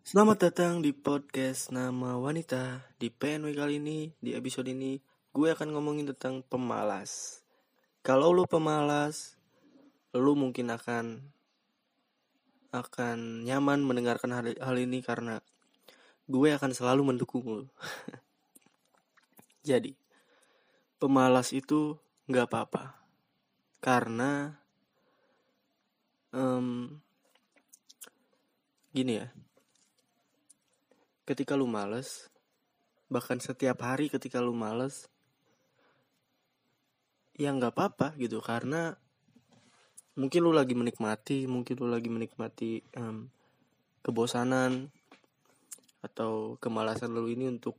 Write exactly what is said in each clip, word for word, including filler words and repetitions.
Selamat datang di podcast Nama Wanita. Di P N W kali ini, di episode ini, gue akan ngomongin tentang pemalas. Kalau lu pemalas, lu mungkin akan akan nyaman mendengarkan hal, hal ini karena gue akan selalu mendukung lu. Jadi, pemalas itu gak apa-apa. Karena um, gini ya, ketika lu males, bahkan setiap hari ketika lu males, ya gak apa-apa gitu. Karena mungkin lu lagi menikmati, mungkin lu lagi menikmati um, kebosanan atau kemalasan lu ini untuk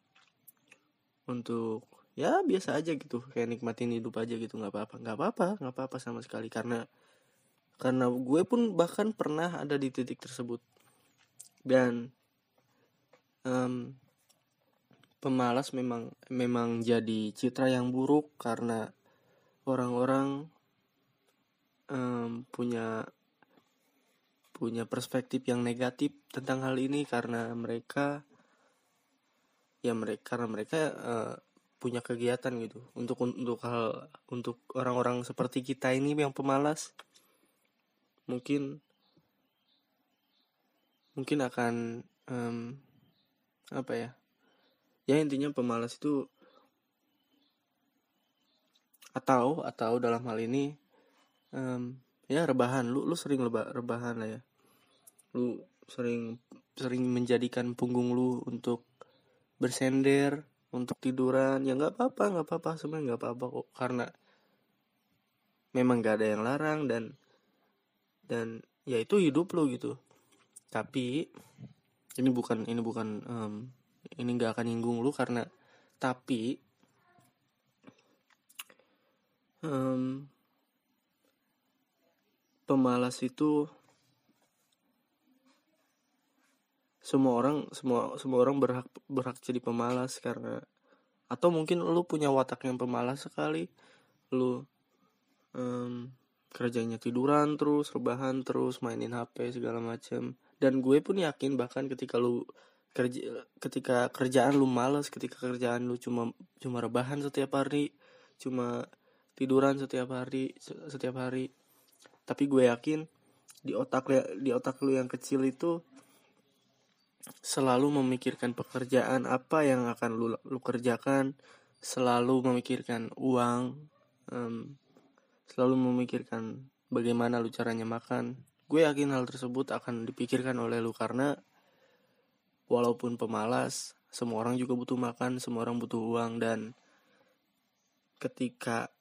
untuk ya biasa aja gitu, kayak nikmatin hidup aja gitu, nggak apa-apa, nggak apa-apa, nggak apa-apa sama sekali. Karena karena gue pun bahkan pernah ada di titik tersebut. Dan um, pemalas memang memang jadi citra yang buruk karena orang-orang um, punya punya perspektif yang negatif tentang hal ini karena mereka ya mereka karena mereka uh, punya kegiatan gitu untuk untuk hal untuk orang-orang seperti kita ini yang pemalas mungkin mungkin akan um, apa ya ya intinya pemalas itu atau atau dalam hal ini um, ya rebahan lu lu sering leba, rebahan lah ya, lu sering sering menjadikan punggung lu untuk bersender, untuk tiduran. Ya nggak apa-apa, nggak apa-apa sebenarnya, nggak apa-apa kok, karena memang nggak ada yang larang dan dan ya itu hidup lo gitu. Tapi ini bukan ini bukan um, ini nggak akan nyinggung lu karena tapi um, pemalas itu semua orang semua semua orang berhak berhak jadi pemalas karena atau mungkin lu punya watak yang pemalas sekali, lu um, kerjanya tiduran terus, rebahan terus, mainin H P segala macam. Dan gue pun yakin bahkan ketika lu kerja ketika kerjaan lu malas, ketika kerjaan lu cuma cuma rebahan setiap hari, cuma tiduran setiap hari setiap hari, tapi gue yakin di otak di otak lu yang kecil itu selalu memikirkan pekerjaan apa yang akan lu, lu kerjakan, selalu memikirkan uang, um, selalu memikirkan bagaimana lu caranya makan. Gue yakin hal tersebut akan dipikirkan oleh lu karena walaupun pemalas, semua orang juga butuh makan, semua orang butuh uang. Dan ketika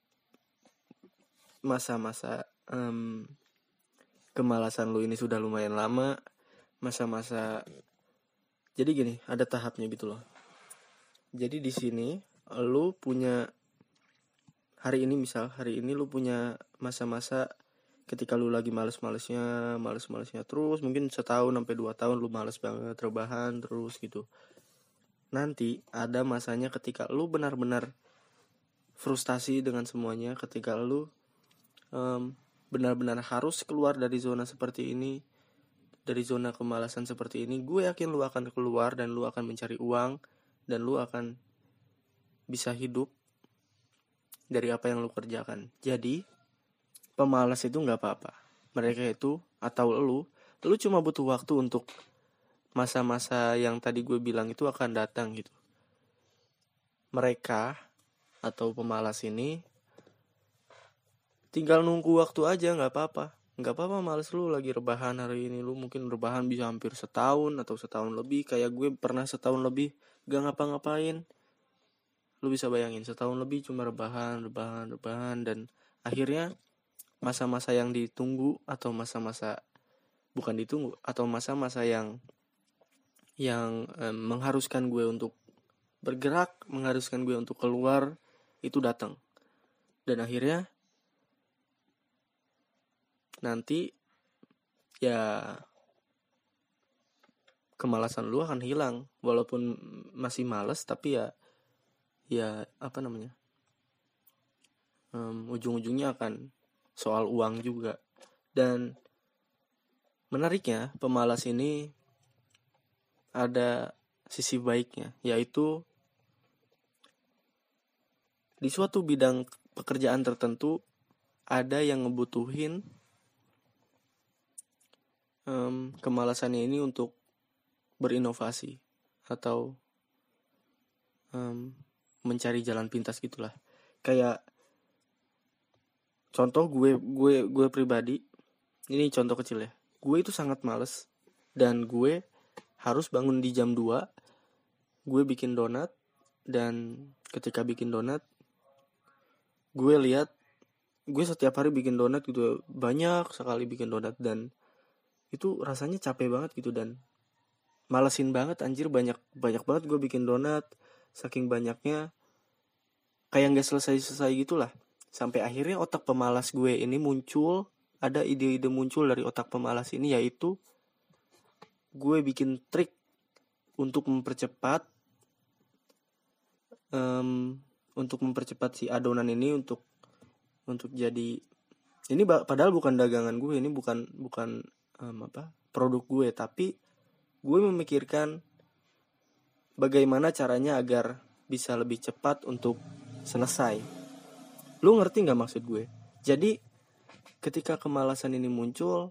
masa-masa um, kemalasan lu ini sudah lumayan lama, masa-masa jadi gini, ada tahapnya gitu loh. Jadi di sini lu punya hari ini misal hari ini lu punya masa-masa ketika lu lagi males-malesnya, males-malesnya terus, mungkin setahun sampai dua tahun lu males banget, rebahan terus gitu. Nanti ada masanya ketika lu benar-benar frustasi dengan semuanya, ketika lu um, benar-benar harus keluar dari zona seperti ini, dari zona kemalasan seperti ini. Gue yakin lu akan keluar dan lu akan mencari uang dan lu akan bisa hidup dari apa yang lu kerjakan. Jadi pemalas itu gak apa-apa. Mereka itu atau lu Lu cuma butuh waktu untuk masa-masa yang tadi gue bilang itu akan datang gitu. Mereka atau pemalas ini tinggal nunggu waktu aja, gak apa-apa. Gak apa-apa males lu lagi rebahan hari ini. Lu mungkin rebahan bisa hampir setahun atau setahun lebih. Kayak gue pernah setahun lebih gak ngapa-ngapain. Lu bisa bayangin setahun lebih cuma rebahan, rebahan, rebahan. Dan akhirnya masa-masa yang ditunggu atau masa-masa bukan ditunggu atau masa-masa yang yang eh, mengharuskan gue untuk bergerak, mengharuskan gue untuk keluar itu datang. Dan akhirnya nanti ya kemalasan lu akan hilang, walaupun masih malas tapi ya ya apa namanya um, ujung-ujungnya akan soal uang juga. Dan menariknya pemalas ini ada sisi baiknya, yaitu di suatu bidang pekerjaan tertentu ada yang ngebutuhin um, kemalasannya ini untuk berinovasi atau um, mencari jalan pintas gitulah. Kayak contoh gue gue gue pribadi, ini contoh kecil ya. Gue itu sangat males dan gue harus bangun di jam dua. Gue bikin donat, dan ketika bikin donat gue lihat gue setiap hari bikin donat gitu, banyak sekali bikin donat, dan itu rasanya capek banget gitu dan malesin banget anjir. Banyak banyak banget gue bikin donat, saking banyaknya kayak nggak selesai-selesai gitulah. Sampai akhirnya otak pemalas gue ini muncul, ada ide-ide muncul dari otak pemalas ini, yaitu gue bikin trik untuk mempercepat um, untuk mempercepat si adonan ini untuk untuk jadi ini padahal bukan dagangan gue, ini bukan bukan um, apa produk gue, tapi gue memikirkan bagaimana caranya agar bisa lebih cepat untuk selesai. Lu ngerti nggak maksud gue? Jadi ketika kemalasan ini muncul,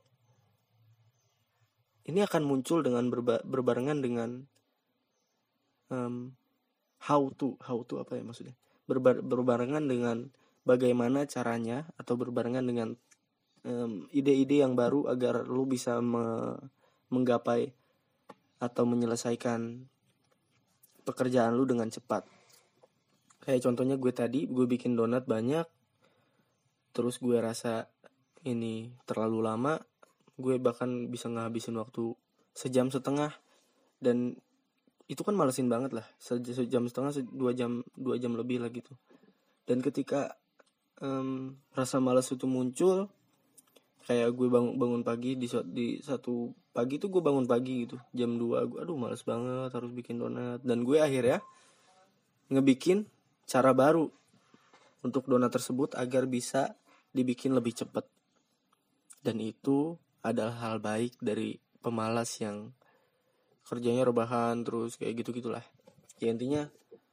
ini akan muncul dengan berba- berbarengan dengan um, how to how to apa ya maksudnya? Berbar- berbarengan dengan bagaimana caranya, atau berbarengan dengan um, ide-ide yang baru agar lu bisa me- menggapai atau menyelesaikan pekerjaan lu dengan cepat. Kayak contohnya gue tadi, gue bikin donat banyak, terus gue rasa ini terlalu lama, gue bahkan bisa ngabisin waktu sejam setengah, dan itu kan malesin banget lah, sejam setengah, dua jam, dua jam lebih lah gitu. Dan ketika um, rasa malas itu muncul, kayak gue bangun bangun pagi di di satu pagi tuh gue bangun pagi gitu, jam dua, gue aduh males banget harus bikin donat, dan gue akhirnya ngebikin cara baru untuk donat tersebut agar bisa dibikin lebih cepat. Dan itu adalah hal baik dari pemalas yang kerjanya rebahan terus kayak gitu-gitulah. Ya intinya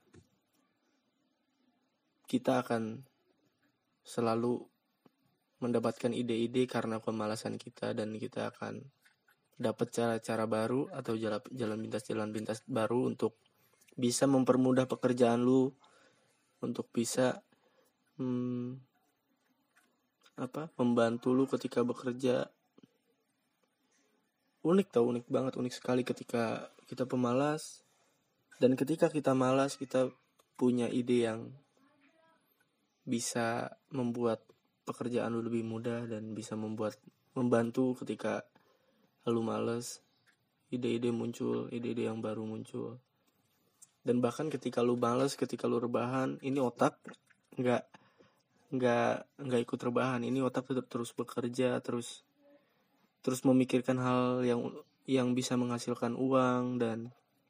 kita akan selalu mendapatkan ide-ide karena pemalasan kita, dan kita akan dapat cara-cara baru atau jalan jalan pintas-jalan pintas baru untuk bisa mempermudah pekerjaan lu, untuk bisa hmm, apa membantu lu ketika bekerja. Unik tau, unik banget, unik sekali ketika kita pemalas. Dan ketika kita malas, kita punya ide yang bisa membuat pekerjaan lu lebih mudah, dan bisa membuat membantu ketika lu malas. Ide-ide muncul, ide-ide yang baru muncul. Dan bahkan ketika lu malas, ketika lu rebahan, ini otak nggak nggak nggak ikut rebahan. Ini otak tetap terus bekerja, terus terus memikirkan hal yang yang bisa menghasilkan uang. Dan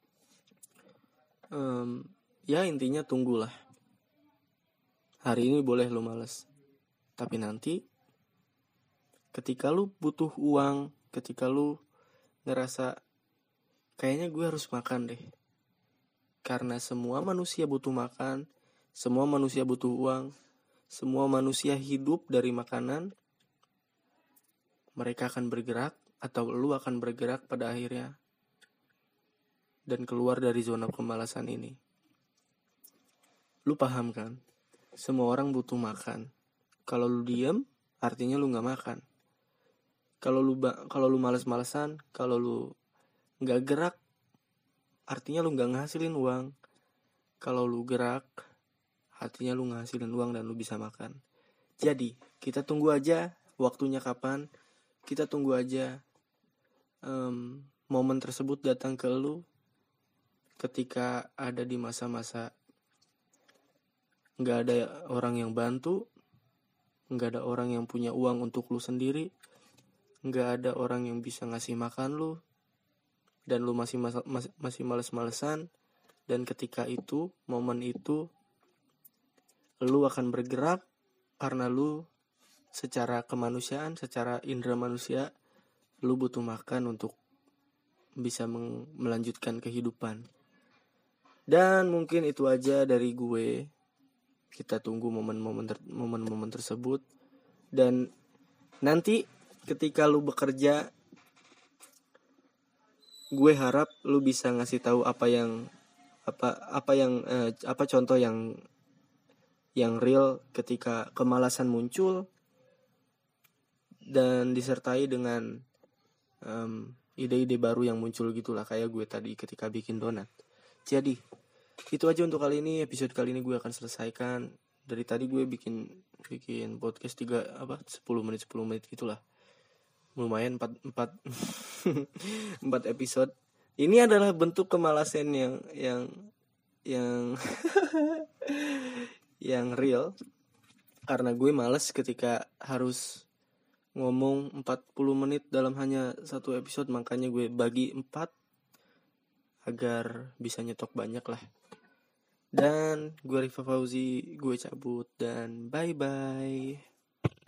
um, ya intinya tunggulah. Hari ini boleh lu malas, tapi nanti ketika lu butuh uang, ketika lu ngerasa kayaknya gue harus makan deh, karena semua manusia butuh makan, semua manusia butuh uang, semua manusia hidup dari makanan. Mereka akan bergerak, atau lu akan bergerak pada akhirnya, dan keluar dari zona kemalasan ini. Lu paham kan? Semua orang butuh makan. Kalau lu diem, artinya lu gak makan. Kalau lu ba- kalau lu malas-malasan, kalau lu gak gerak, artinya lu gak ngasilin uang. Kalau lu gerak, artinya lu ngasilin uang dan lu bisa makan. Jadi, kita tunggu aja waktunya kapan. Kita tunggu aja um, momen tersebut datang ke lu ketika ada di masa-masa gak ada orang yang bantu, gak ada orang yang punya uang untuk lu sendiri, gak ada orang yang bisa ngasih makan lu, dan lu masih mas- mas- masih males-malesan. Dan ketika itu, momen itu, lu akan bergerak karena lu secara kemanusiaan, secara indera manusia, lu butuh makan untuk bisa meng- melanjutkan kehidupan. Dan mungkin itu aja dari gue. Kita tunggu momen-momen ter- momen-momen tersebut. Dan nanti ketika lu bekerja, gue harap lu bisa ngasih tahu apa yang apa apa yang eh, apa contoh yang yang real ketika kemalasan muncul, dan disertai dengan um, ide-ide baru yang muncul gitulah, kayak gue tadi ketika bikin donat. Jadi itu aja untuk kali ini. Episode kali ini gue akan selesaikan. Dari tadi gue bikin bikin podcast tiga apa sepuluh menit sepuluh menit gitulah. Lumayan empat empat empat episode. Ini adalah bentuk kemalasan yang yang yang yang real, karena gue malas ketika harus ngomong empat puluh menit dalam hanya satu episode. Makanya gue bagi empat agar bisa nyetok banyak lah. Dan gue Rifa Fauzi, gue cabut dan bye bye.